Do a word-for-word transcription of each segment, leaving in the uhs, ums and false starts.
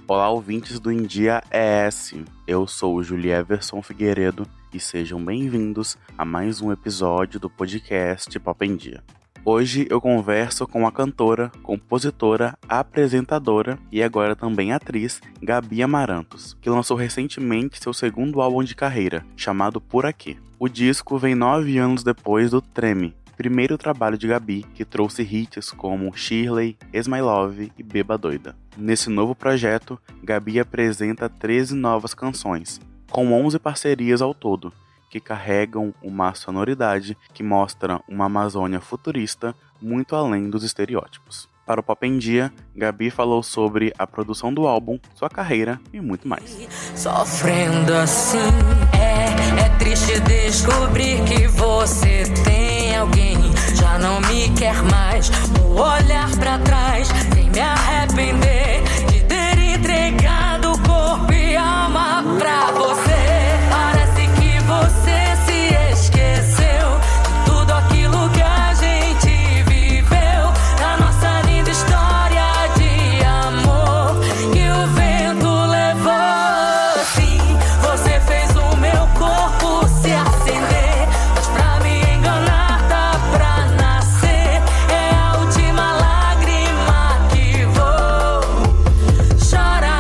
Olá, ouvintes do Em Dia é Esse. Eu sou o Julieverson Figueiredo e sejam bem-vindos a mais um episódio do podcast Pop em Dia. Hoje eu converso com a cantora, compositora, apresentadora e agora também atriz Gabi Amarantos, que lançou recentemente seu segundo álbum de carreira, chamado Por Aqui. O disco vem nove anos depois do Treme, primeiro trabalho de Gabi, que trouxe hits como Shirley, Is My Love e Beba Doida. Nesse novo projeto, Gabi apresenta treze novas canções, com onze parcerias ao todo, que carregam uma sonoridade que mostra uma Amazônia futurista muito além dos estereótipos. Para o Pop em Dia, Gabi falou sobre a produção do álbum, sua carreira e muito mais. Sofrendo assim, é, é triste descobrir que você tem alguém, já não me quer mais. Vou olhar pra trás, sem me arrepender de ter entregado corpo e alma pra você. Parece que você se esqueceu de tudo aquilo que a gente viveu, da nossa linda história de amor que o vento levou. Sim, você fez o meu corpo se acender, mas pra me enganar dá pra nascer. É a última lágrima que vou chorar.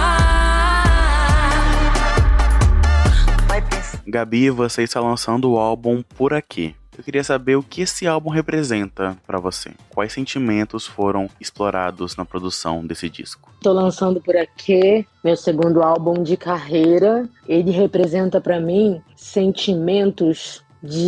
Gabi, você está lançando o álbum Por Aqui. Eu queria saber o que esse álbum representa para você. Quais sentimentos foram explorados na produção desse disco? Estou lançando Por Aqui, meu segundo álbum de carreira. Ele representa para mim sentimentos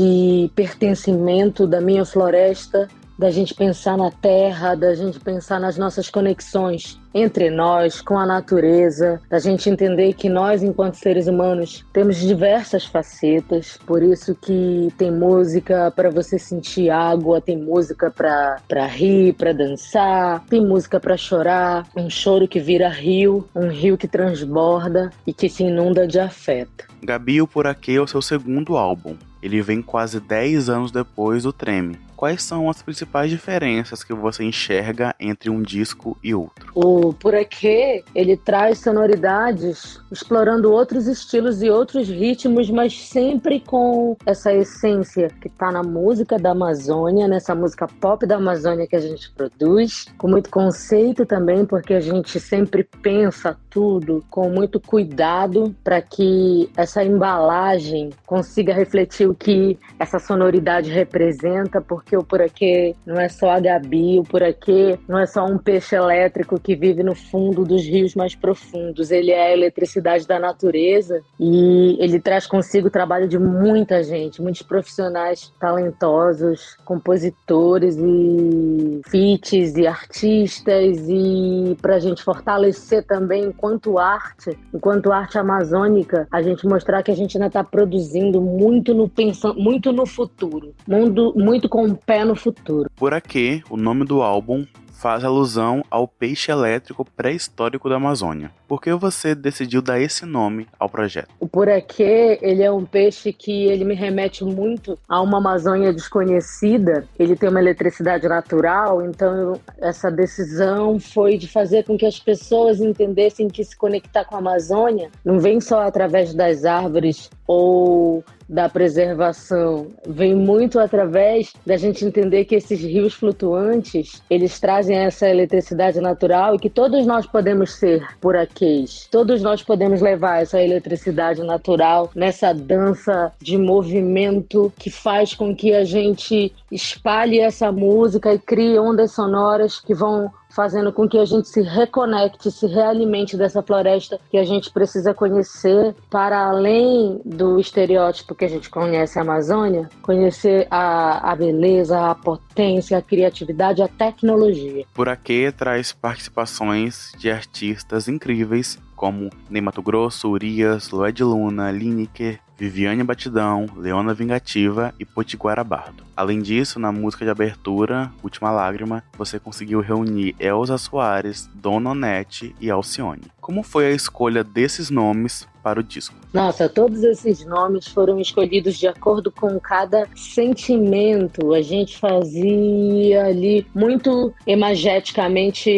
de pertencimento da minha floresta, da gente pensar na terra, da gente pensar nas nossas conexões entre nós, com a natureza, da gente entender que nós, enquanto seres humanos, temos diversas facetas, por isso que tem música para você sentir água, tem música para para rir, para dançar, tem música para chorar, um choro que vira rio, um rio que transborda e que se inunda de afeto. Gabi, o Por Aqui é o seu segundo álbum. Ele vem quase dez anos depois do Treme. Quais são as principais diferenças que você enxerga entre um disco e outro? O Por Aqui, ele traz sonoridades explorando outros estilos e outros ritmos, mas sempre com essa essência que está na música da Amazônia, nessa música pop da Amazônia que a gente produz, com muito conceito também, porque a gente sempre pensa tudo com muito cuidado para que essa embalagem consiga refletir o que essa sonoridade representa, porque o Por Aqui não é só a Gabi, o Por Aqui não é só um peixe elétrico que vive no fundo dos rios mais profundos, ele é a eletricidade da natureza e ele traz consigo o trabalho de muita gente, muitos profissionais talentosos, compositores e feats e artistas, e para a gente fortalecer também enquanto arte, enquanto arte amazônica, a gente mostrar que a gente ainda está produzindo muito no, pensando, muito no futuro, muito, muito com o pé no futuro. Por Aqui, o nome do álbum faz alusão ao peixe elétrico pré-histórico da Amazônia. Por que você decidiu dar esse nome ao projeto? O Por Aqui, ele é um peixe que ele me remete muito a uma Amazônia desconhecida. Ele tem uma eletricidade natural, então essa decisão foi de fazer com que as pessoas entendessem que se conectar com a Amazônia não vem só através das árvores ou da preservação, vem muito através da gente entender que esses rios flutuantes, eles trazem essa eletricidade natural e que todos nós podemos ser buraquês, todos nós podemos levar essa eletricidade natural nessa dança de movimento que faz com que a gente espalhe essa música e crie ondas sonoras que vão fazendo com que a gente se reconecte, se realimente dessa floresta que a gente precisa conhecer, para além do estereótipo que a gente conhece a Amazônia, conhecer a, a beleza, a potência, a criatividade, a tecnologia. Por Aqui traz participações de artistas incríveis como Ney Matogrosso, Urias, Lued Luna, Lineker, Viviane Batidão, Leona Vingativa e Potiguara Bardo. Além disso, na música de abertura, Última Lágrima, você conseguiu reunir Elza Soares, Dona Onete e Alcione. Como foi a escolha desses nomes para o disco? Nossa, todos esses nomes foram escolhidos de acordo com cada sentimento. A gente fazia ali muito imageticamente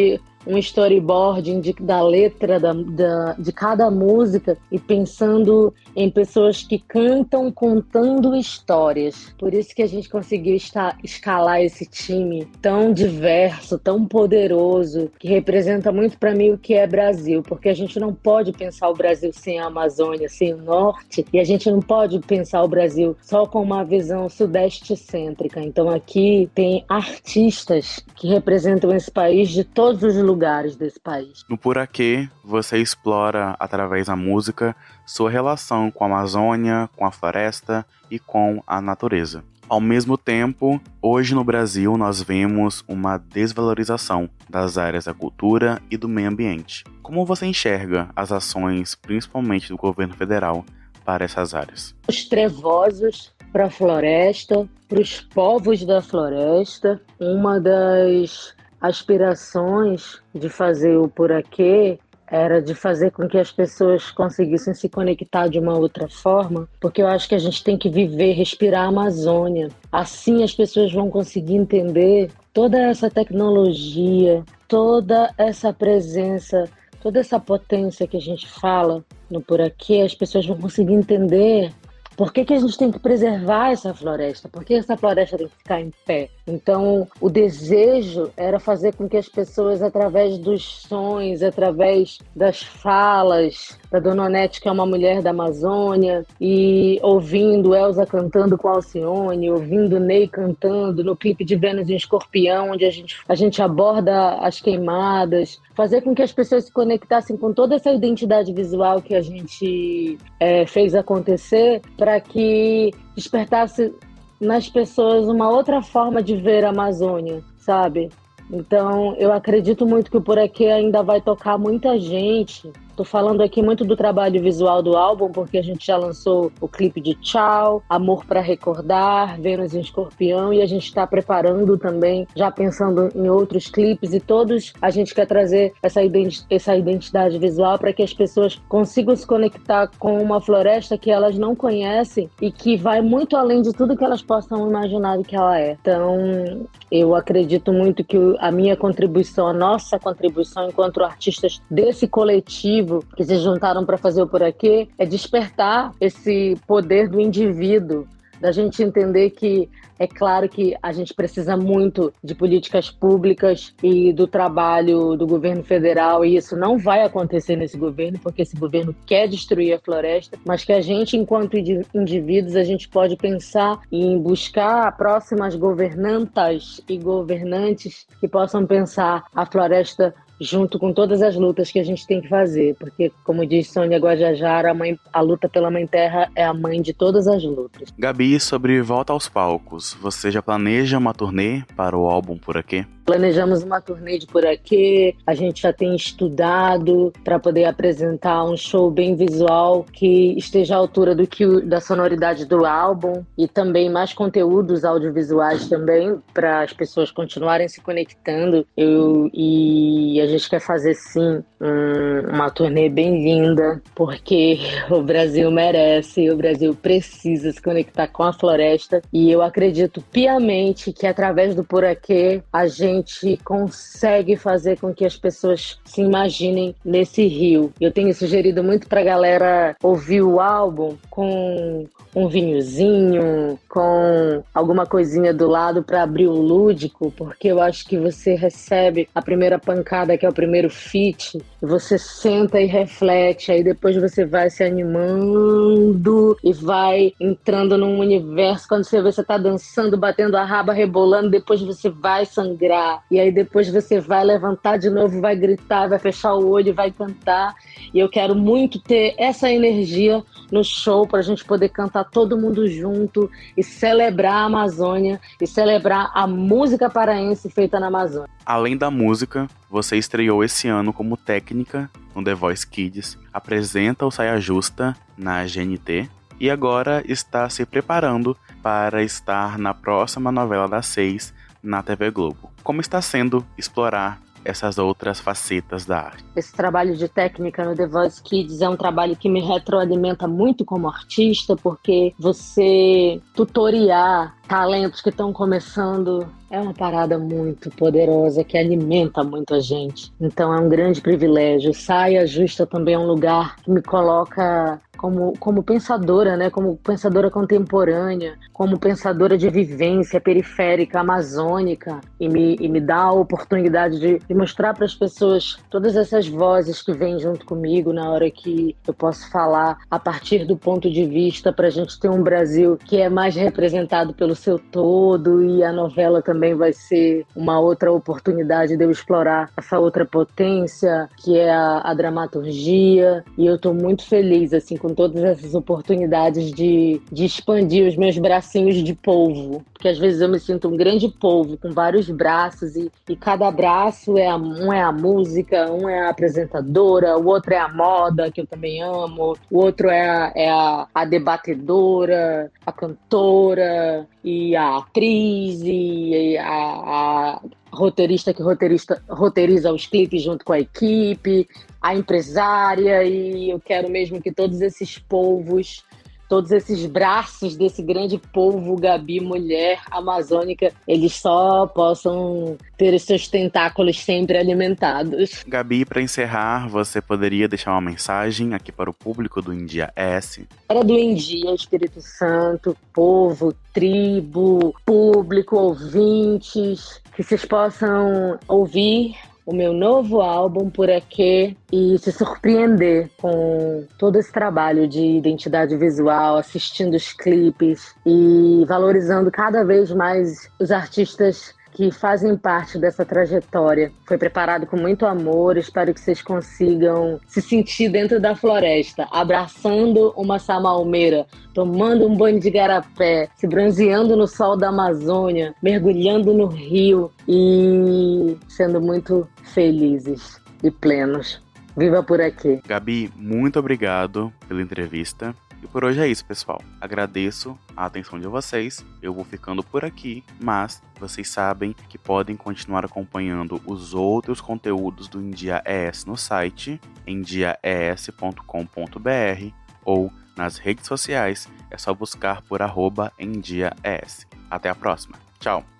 um storyboarding de, da letra da, da, de cada música e pensando em pessoas que cantam contando histórias. Por isso que a gente conseguiu estar, escalar esse time tão diverso, tão poderoso, que representa muito para mim o que é Brasil, porque a gente não pode pensar o Brasil sem a Amazônia, sem o Norte, e a gente não pode pensar o Brasil só com uma visão sudeste-cêntrica. Então aqui tem artistas que representam esse país de todos os lugares desse país. No Por Aqui, você explora, através da música, sua relação com a Amazônia, com a floresta e com a natureza. Ao mesmo tempo, hoje no Brasil nós vemos uma desvalorização das áreas da cultura e do meio ambiente. Como você enxerga as ações, principalmente do governo federal, para essas áreas? Os trevosos para a floresta, para os povos da floresta, uma das aspirações de fazer o Por Aqui era de fazer com que as pessoas conseguissem se conectar de uma outra forma, porque eu acho que a gente tem que viver, respirar a Amazônia. Assim as pessoas vão conseguir entender toda essa tecnologia, toda essa presença, toda essa potência que a gente fala no Por Aqui, as pessoas vão conseguir entender por que que a gente tem que preservar essa floresta, por que essa floresta tem que ficar em pé. Então, o desejo era fazer com que as pessoas, através dos sons, através das falas da Dona Onete, que é uma mulher da Amazônia, e ouvindo Elza cantando com Alcione, ouvindo Ney cantando no clipe de Vênus e Escorpião, onde a gente, a gente aborda as queimadas, fazer com que as pessoas se conectassem com toda essa identidade visual que a gente é, fez acontecer, para que despertasse nas pessoas uma outra forma de ver a Amazônia, sabe? Então, eu acredito muito que o Por Aqui ainda vai tocar muita gente. Tô falando aqui muito do trabalho visual do álbum, porque a gente já lançou o clipe de Tchau, Amor pra Recordar, Vênus em Escorpião, e a gente está preparando também, já pensando em outros clipes, e todos a gente quer trazer essa, identi- essa identidade visual para que as pessoas consigam se conectar com uma floresta que elas não conhecem e que vai muito além de tudo que elas possam imaginar que ela é. Então, eu acredito muito que a minha contribuição, a nossa contribuição enquanto artistas desse coletivo que se juntaram para fazer o Por Aqui é despertar esse poder do indivíduo, da gente entender que é claro que a gente precisa muito de políticas públicas e do trabalho do governo federal, e isso não vai acontecer nesse governo, porque esse governo quer destruir a floresta, mas que a gente, enquanto indivíduos, a gente pode pensar em buscar próximas governantas e governantes que possam pensar a floresta junto com todas as lutas que a gente tem que fazer, porque, como diz Sônia Guajajara, a, mãe, a luta pela Mãe Terra é a mãe de todas as lutas. Gabi, sobre Volta aos Palcos, você já planeja uma turnê para o álbum Por Aqui? Planejamos uma turnê de Por Aqui, a gente já tem estudado para poder apresentar um show bem visual que esteja à altura do que, da sonoridade do álbum, e também mais conteúdos audiovisuais também, para as pessoas continuarem se conectando. Eu, e a gente quer fazer sim um, uma turnê bem linda, porque o Brasil merece, o Brasil precisa se conectar com a floresta, e eu acredito piamente que através do Por Aqui a gente gente consegue fazer com que as pessoas se imaginem nesse rio. Eu tenho sugerido muito pra galera ouvir o álbum com um vinhozinho, com alguma coisinha do lado para abrir o lúdico, porque eu acho que você recebe a primeira pancada, que é o primeiro feat, você senta e reflete, aí depois você vai se animando e vai entrando num universo. Quando você vê, você tá dançando, batendo a raba, rebolando, depois você vai sangrar, e aí depois você vai levantar de novo, vai gritar, vai fechar o olho, vai cantar. E eu quero muito ter essa energia no show pra gente poder cantar todo mundo junto e celebrar a Amazônia e celebrar a música paraense feita na Amazônia. Além da música, você estreou esse ano como técnica no The Voice Kids, apresenta o Saia Justa na G N T e agora está se preparando para estar na próxima novela das seis na T V Globo. Como está sendo explorar essas outras facetas da arte? Esse trabalho de técnica no The Voice Kids é um trabalho que me retroalimenta muito como artista, porque você tutoriar talentos que estão começando é uma parada muito poderosa, que alimenta muito a gente. Então é um grande privilégio. Saia Justa também é um lugar que me coloca como, como pensadora, né? Como pensadora contemporânea, como pensadora de vivência periférica, amazônica, e me, e me dá a oportunidade de, de mostrar para as pessoas todas essas vozes que vêm junto comigo na hora que eu posso falar a partir do ponto de vista para a gente ter um Brasil que é mais representado pelo seu todo, e a novela também vai ser uma outra oportunidade de eu explorar essa outra potência que é a, a dramaturgia, e eu estou muito feliz assim com todas essas oportunidades de, de expandir os meus bracinhos de polvo, porque às vezes eu me sinto um grande polvo com vários braços, e, e cada braço é a, um é a música, um é a apresentadora, o outro é a moda, que eu também amo, o outro é a, é a, a debatedora, a cantora, e a atriz, e a, a roteirista que roteirista, roteiriza os clipes junto com a equipe, a empresária, e eu quero mesmo que todos esses polvos, todos esses braços desse grande polvo Gabi mulher amazônica, eles só possam ter os seus tentáculos sempre alimentados. Gabi, para encerrar, você poderia deixar uma mensagem aqui para o público do India S? Era do India, Espírito Santo, povo, tribo, público, ouvintes, que vocês possam ouvir o meu novo álbum Por Aqui e se surpreender com todo esse trabalho de identidade visual, assistindo os clipes e valorizando cada vez mais os artistas que fazem parte dessa trajetória. Foi preparado com muito amor, espero que vocês consigam se sentir dentro da floresta, abraçando uma samalmeira, tomando um banho de garapé, se bronzeando no sol da Amazônia, mergulhando no rio e sendo muito felizes e plenos. Viva Por Aqui. Gabi, muito obrigado pela entrevista. E por hoje é isso, pessoal. Agradeço a atenção de vocês. Eu vou ficando por aqui, mas vocês sabem que podem continuar acompanhando os outros conteúdos do India E S no site india e s ponto com ponto b r ou nas redes sociais. É só buscar por arroba India E S. Até a próxima. Tchau!